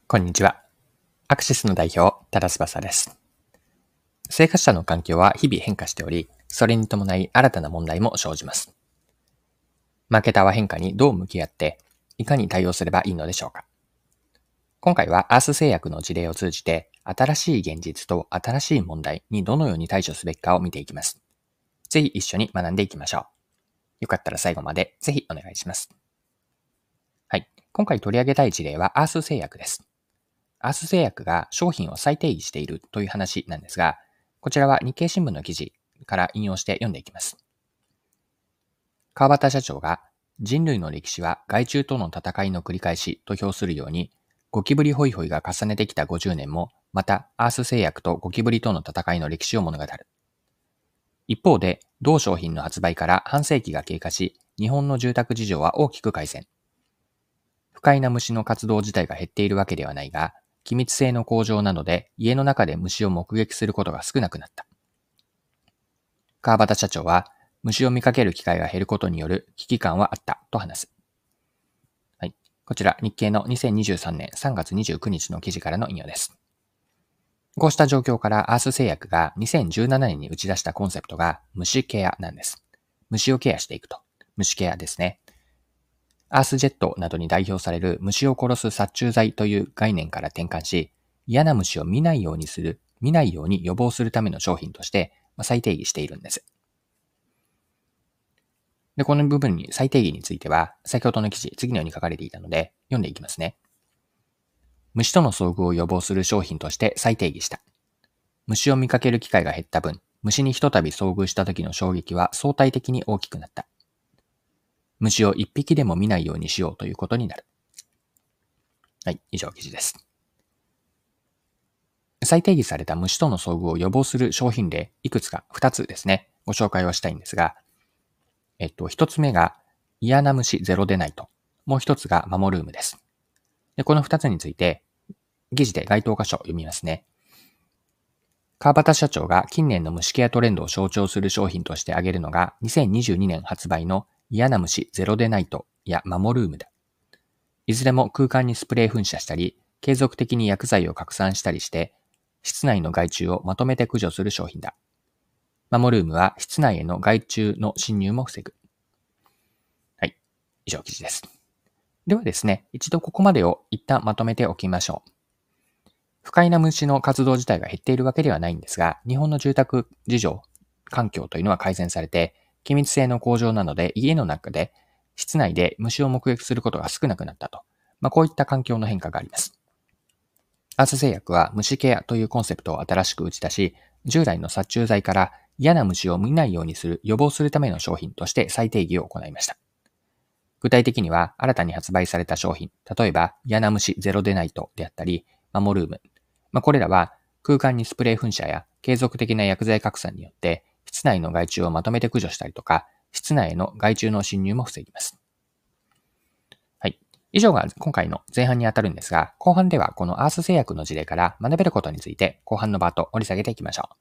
こんにちは。アクシスの代表、多田翼です。生活者の環境は日々変化しており、それに伴い新たな問題も生じます。マーケターは変化にどう向き合って、いかに対応すればいいのでしょうか。今回はアース製薬の事例を通じて、新しい現実と新しい問題にどのように対処すべきかを見ていきます。ぜひ一緒に学んでいきましょう。よかったら最後までぜひお願いします。はい。今回取り上げたい事例はアース製薬です。アース製薬が商品を再定義しているという話なんですが、こちらは日経新聞の記事から引用して読んでいきます。川端社長が人類の歴史は害虫との戦いの繰り返しと評するように、ゴキブリホイホイが重ねてきた50年も、またアース製薬とゴキブリとの戦いの歴史を物語る。一方で、同商品の発売から半世紀が経過し、日本の住宅事情は大きく改善。不快な虫の活動自体が減っているわけではないが、気密性の向上などで家の中で虫を目撃することが少なくなった。川端社長は、虫を見かける機会が減ることによる危機感はあったと話す。はい。こちら日経の2023年3月29日の記事からの引用です。こうした状況からアース製薬が2017年に打ち出したコンセプトが虫ケアなんです。虫をケアしていくと。虫ケアですね。アースジェットなどに代表される虫を殺す殺虫剤という概念から転換し、嫌な虫を見ないように予防するための商品として再定義しているんです。で、この部分に再定義については、先ほどの記事、次のように書かれていたので、読んでいきますね。虫との遭遇を予防する商品として再定義した。虫を見かける機会が減った分、虫にひとたび遭遇した時の衝撃は相対的に大きくなった。虫を一匹でも見ないようにしようということになる。はい、以上記事です。再定義された虫との遭遇を予防する商品例、いくつか2つですね、ご紹介をしたいんですが、1つ目が嫌な虫ゼロでないと。もう1つがマモルームです。で、この2つについて、記事で該当箇所を読みますね。川端社長が近年の虫ケアトレンドを象徴する商品として挙げるのが、2022年発売の嫌な虫ゼロでナイトやマモルームだ。いずれも空間にスプレー噴射したり、継続的に薬剤を拡散したりして、室内の害虫をまとめて駆除する商品だ。マモルームは室内への害虫の侵入も防ぐ。はい。以上記事です。ではですね、一度ここまでを一旦まとめておきましょう。不快な虫の活動自体が減っているわけではないんですが、日本の住宅事情、環境というのは改善されて、気密性の向上なので、家の中で、室内で虫を目撃することが少なくなったと。こういった環境の変化があります。アース製薬は虫ケアというコンセプトを新しく打ち出し、従来の殺虫剤から嫌な虫を見ないようにする、予防するための商品として再定義を行いました。具体的には、新たに発売された商品、例えば、嫌な虫ゼロデナイトであったり、マモルーム。これらは、空間にスプレー噴射や継続的な薬剤拡散によって、室内の害虫をまとめて駆除したりとか、室内への害虫の侵入も防ぎます。はい。以上が今回の前半にあたるんですが、後半ではこのアース製薬の事例から学べることについて、後半のパート掘り下げていきましょう。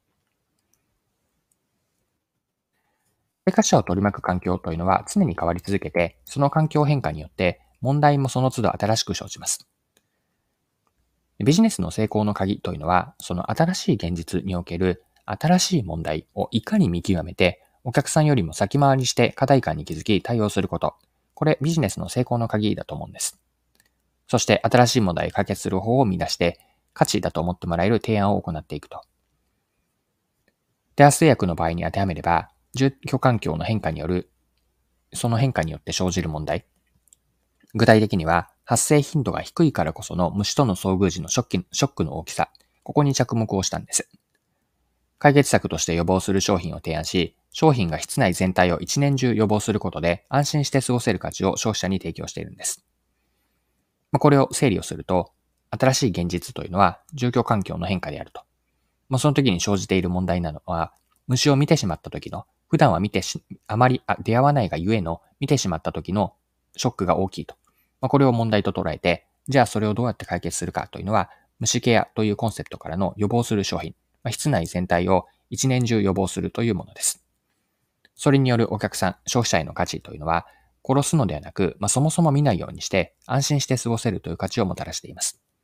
生活者を取り巻く環境というのは常に変わり続けて、その環境変化によって問題もその都度新しく生じます。ビジネスの成功の鍵というのは、その新しい現実における新しい問題をいかに見極めて、お客さんよりも先回りして課題感に気づき対応すること。これビジネスの成功の鍵だと思うんです。そして新しい問題を解決する方法を見出して、価値だと思ってもらえる提案を行っていくと。で、アース製薬の場合に当てはめれば、住居環境の変化による、その変化によって生じる問題。具体的には、発生頻度が低いからこその虫との遭遇時のショックの大きさ、ここに着目をしたんです。解決策として予防する商品を提案し、商品が室内全体を一年中予防することで安心して過ごせる価値を消費者に提供しているんです。これを整理をすると、新しい現実というのは住居環境の変化であると。その時に生じている問題なのは、虫を見てしまった時の、普段はあまり出会わないがゆえの見てしまった時のショックが大きいと。これを問題と捉えて、じゃあそれをどうやって解決するかというのは、虫ケアというコンセプトからの予防する商品、室内全体を一年中予防するというものです。それによるお客さん、消費者への価値というのは、殺すのではなく、そもそも見ないようにして安心して過ごせるという価値をもたらしています。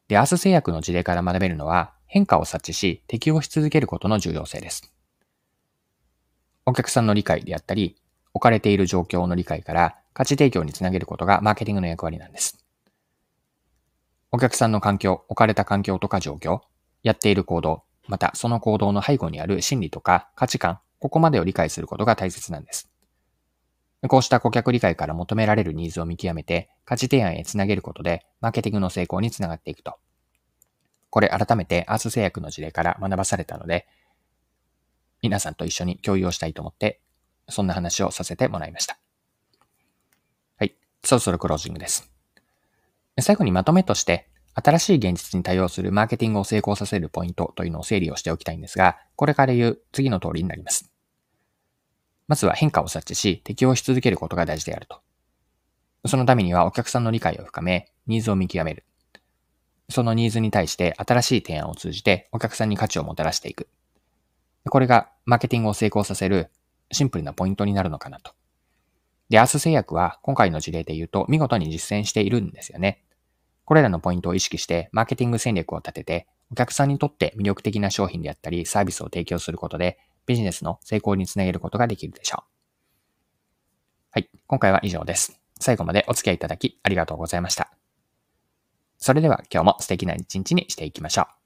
で、アース製薬の事例から学べるのは、変化を察知し、適応し続けることの重要性です。お客さんの理解であったり、置かれている状況の理解から価値提供につなげることがマーケティングの役割なんです。お客さんの環境、置かれた環境とか状況、やっている行動、またその行動の背後にある心理とか価値観、ここまでを理解することが大切なんです。こうした顧客理解から求められるニーズを見極めて価値提案へつなげることでマーケティングの成功につながっていくと。これ改めてアース製薬の事例から学ばされたので、皆さんと一緒に共有をしたいと思って、そんな話をさせてもらいました。はい。そろそろクロージングです。最後にまとめとして、新しい現実に対応するマーケティングを成功させるポイントというのを整理をしておきたいんですが、これから言う次の通りになります。まずは変化を察知し、適応し続けることが大事であると。そのためにはお客さんの理解を深め、ニーズを見極める。そのニーズに対して新しい提案を通じてお客さんに価値をもたらしていく。これがマーケティングを成功させるシンプルなポイントになるのかなと。で、アース製薬は今回の事例で言うと見事に実践しているんですよね。これらのポイントを意識してマーケティング戦略を立てて、お客さんにとって魅力的な商品であったりサービスを提供することでビジネスの成功につなげることができるでしょう。はい、今回は以上です。最後までお付き合いいただきありがとうございました。それでは今日も素敵な一日にしていきましょう。